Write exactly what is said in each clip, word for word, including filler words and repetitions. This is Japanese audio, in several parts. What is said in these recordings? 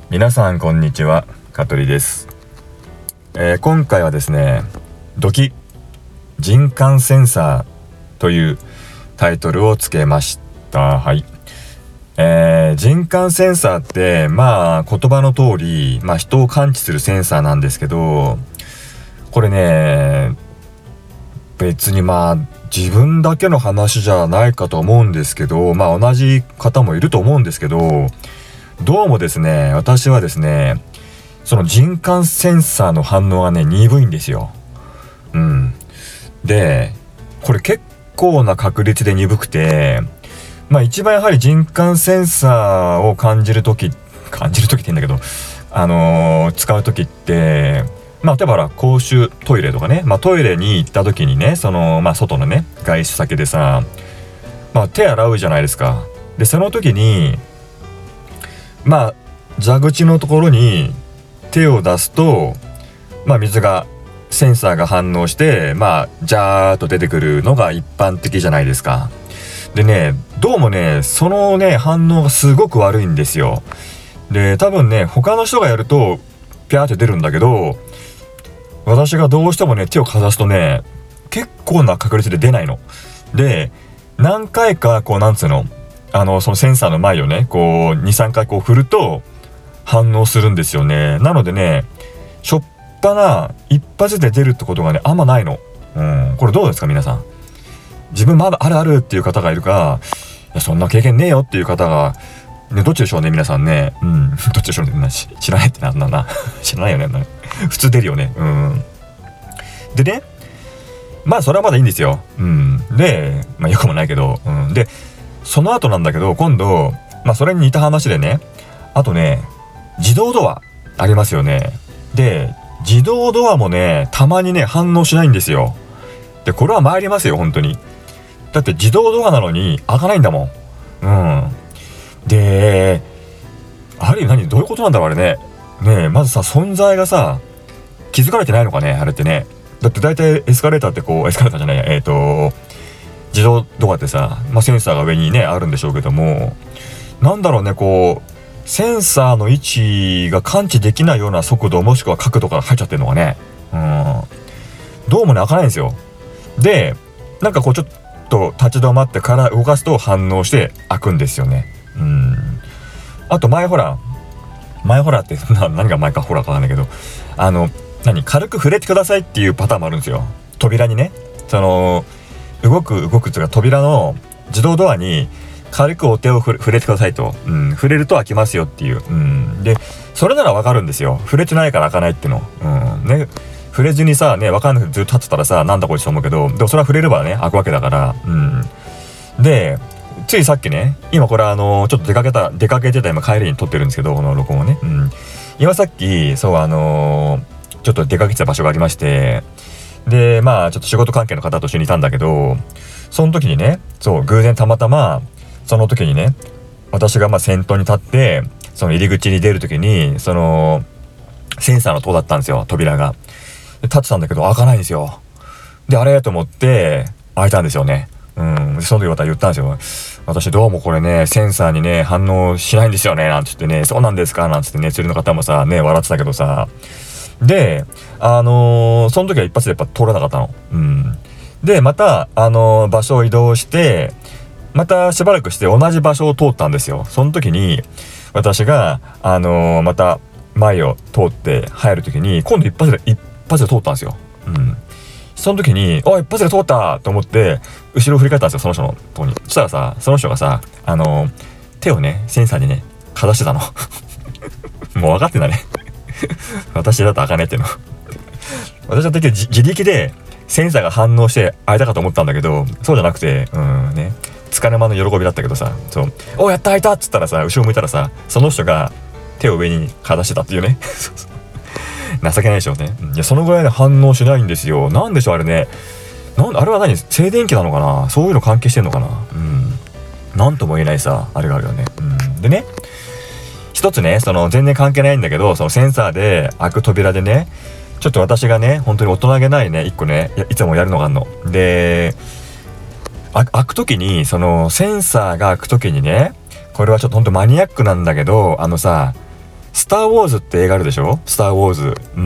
皆さんこんにちは、香取です。えー、今回はですね、ドキ人感センサーというタイトルをつけました。はい。えー、人感センサーってまあ言葉の通り、まあ、人を感知するセンサーなんですけど、これね別にまあ自分だけの話じゃないかと思うんですけど、まあ同じ方もいると思うんですけど、どうもですね、私はですね、その人感センサーの反応がね鈍いんですよ。うん。で、これ結構な確率で鈍くて、まあ一番やはり人感センサーを感じるとき、感じるときって言うんだけど、あのー、使うときって、まあ例えばほら公衆トイレとかね、まあトイレに行ったときにね、そのまあ外のね外出先でさ、まあ手洗うじゃないですか。でその時にまあ蛇口のところに手を出すと、まあ水がセンサーが反応してまあジャーっと出てくるのが一般的じゃないですか。でね、どうもねそのね反応がすごく悪いんですよ。で多分ね他の人がやるとピャーって出るんだけど、私がどうしてもね手をかざすとね結構な確率で出ないので、何回かこうなんつうのあのそのセンサーの前をねこう にさんかいこう振ると反応するんですよね。なのでね、しょっぱな一発で出るってことがねあんまないの。うん、これどうですか皆さん。自分まだあるあるっていう方がいるか、いやそんな経験ねえよっていう方がね、どっちでしょうね皆さんね。うん、どっちでしょうね。知らないってなんだな知らないよね普通出るよね。うん。でね、まあそれはまだいいんですよ。うん。で、まあよくもないけど、うん。でその後なんだけど、今度まあそれに似た話でね、あとね自動ドアありますよね。で自動ドアもねたまにね反応しないんですよ。でこれは参りますよ本当に。だって自動ドアなのに開かないんだもん。うん。であれ何どういうことなんだろうあれね。ねえまずさ存在がさ気づかれてないのかねあれってね。だって大体エスカレーターってこうエスカレーターじゃないやえっ、ー、と自動ドアってさ、まあ、センサーが上にねあるんでしょうけども、なんだろうねこうセンサーの位置が感知できないような速度もしくは角度が入っちゃってるのがね、うん、どうもね開かないんですよ。でなんかこうちょっと立ち止まってから動かすと反応して開くんですよね。うん。あと前ほら前ほらって何が前かほらかわかんないけど、あの何軽く触れてくださいっていうパターンもあるんですよ。扉にね、その動く動くっていうか扉の自動ドアに軽くお手を触れてくださいと、うん、触れると開きますよっていう、うん、でそれならわかるんですよ。触れてないから開かないっていうの、うんね、触れずにさね分かんなくてずっと立ってたらさなんだこいつと思うけど、でもそれは触れればね開くわけだから、うん、でついさっきね今これあのちょっと出かけた出かけてた今帰りに撮ってるんですけどこの録音をね、うん、今さっきそうあのー、ちょっと出かけてた場所がありまして、でまあちょっと仕事関係の方と一緒にいたんだけど、その時にねそう偶然たまたまその時にね私がまあ先頭に立ってその入り口に出る時にそのセンサーの塔だったんですよ扉が。で立ってたんだけど開かないんですよ。であれと思って開いたんですよね。うん、その時また言ったんですよ。私どうもこれねセンサーにね反応しないんですよねなんて言ってね、そうなんですかなんて言ってね釣りの方もさね笑ってたけどさ、であのー、その時は一発でやっぱ通らなかったの。うん、でまたあのー、場所を移動してまたしばらくして同じ場所を通ったんですよ。その時に私があのー、また前を通って入る時に今度一発で一発で通ったんですよ。うん。その時に「おい一発で通った!」と思って後ろ振り返ったんですよその人のとこに。そしたらさその人がさあのー、手をねセンサーにねかざしてたのもう分かってんだね私だと開かねえっていうの私は結局自力でセンサーが反応して開いたかと思ったんだけど、そうじゃなくてうんねつかの間の喜びだったけどさ、そう「おやった開いた!」っつったらさ後ろ向いたらさその人が手を上にかざしてたっていうね情けないでしょうね。いやそのぐらいで反応しないんですよ。なんでしょうあれね。なんあれは何静電気なのかな、そういうの関係してんのかな。うんなんとも言えないさあれがあるよね。うんでね一つねその全然関係ないんだけど、そのセンサーで開く扉でねちょっと私がね本当に大人げないね一個ね い, いつもやるのがあるので、開く時にそのセンサーが開く時にね、これはちょっとほんとマニアックなんだけど、あのさスター・ウォーズって映画あるでしょ、スター・ウォーズ。うん、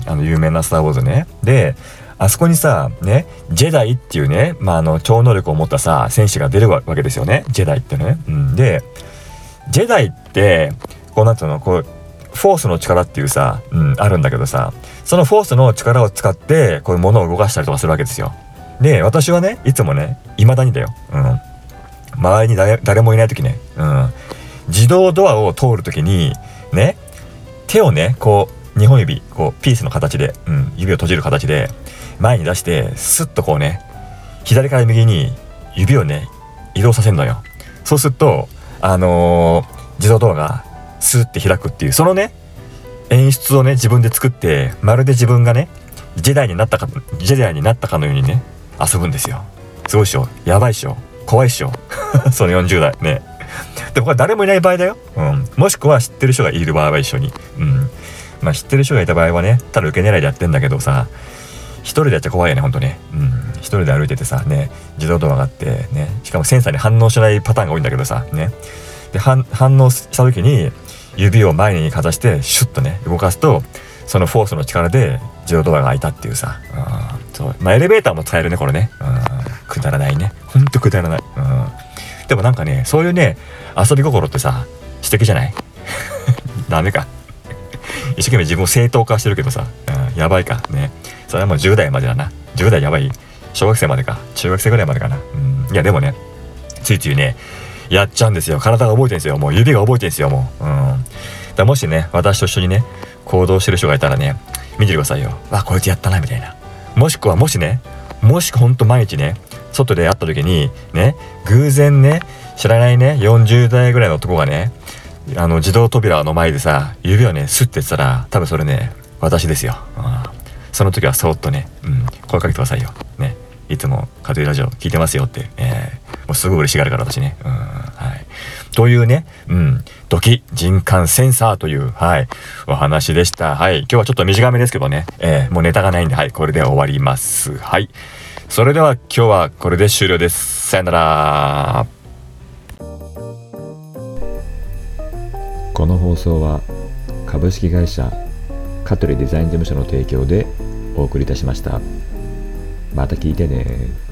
あの有名なスター・ウォーズね。で、あそこにさ、ね、ジェダイっていうね、まあ、あの超能力を持ったさ戦士が出るわけですよね、ジェダイってね。うん、でジェダイってこうなんていうの、こうフォースの力っていうさ、うん、あるんだけどさ、そのフォースの力を使ってこういうものを動かしたりとかするわけですよ。で私はねいつもね未だにだよ、うん、周りに 誰, 誰もいない時ね、うん、自動ドアを通る時にね、手をねこうにほん指こうピースの形で、うん、指を閉じる形で前に出してスッとこうね左から右に指をね移動させるのよ。そうするとあのー、自動ドアがスーって開くっていう、そのね演出をね自分で作って、まるで自分がねジェダイになったかジェダイになったかのようにね遊ぶんですよ。すごいっしょ、やばいっしょ、怖いっしょそのよんじゅう代ね。でもこれ誰もいない場合だよ、うん、もしくは知ってる人がいる場合は一緒に、うん、まあ知ってる人がいた場合はねただ受け狙いでやってんだけどさ、一人でやっちゃ怖いよねほんとね。うん、一人で歩いててさね、自動ドアがあってね、しかもセンサーに反応しないパターンが多いんだけどさね、で反応した時に指を前にかざしてシュッとね動かすと、そのフォースの力で自動ドアが開いたっていうさ、うん、そう、まあエレベーターも使えるねこれね、うん、くだらないね、ほんとくだらない、うん、でもなんかねそういうね遊び心ってさ素敵じゃないダメか一生懸命自分を正当化してるけどさ、うん、やばいかね、それはもうじゅう代までだな、じゅう代やばい、小学生までか中学生ぐらいまでかな、うん、いやでもねついついねやっちゃうんですよ、体が覚えてるんですよ、もう指が覚えてるんですよもう、うん、だもしね私と一緒にね行動してる人がいたらね見ててくださいよ、わこいつやったなみたいな。もしくはもしねもしほんと毎日ね外で会った時にね偶然ね知らないねよんじゅう代ぐらいの男がねあの自動扉の前でさ指をねスッてやってたら多分それね私ですよ、うん、その時はそーっとね、うん、声かけてくださいよね、いつもカトリラジオ聞いてますよって、えー、もうすごい嬉しがるから私ね、うん、はい、というね、うん、ドキ人感センサーという、はい、お話でした。はい、今日はちょっと短めですけどね、えー、もうネタがないんで、はい、これで終わります。はい、それでは今日はこれで終了です。さよなら。 この放送は株式会社香取デザイン事務所の提供でお送りいたしました。また聞いてね。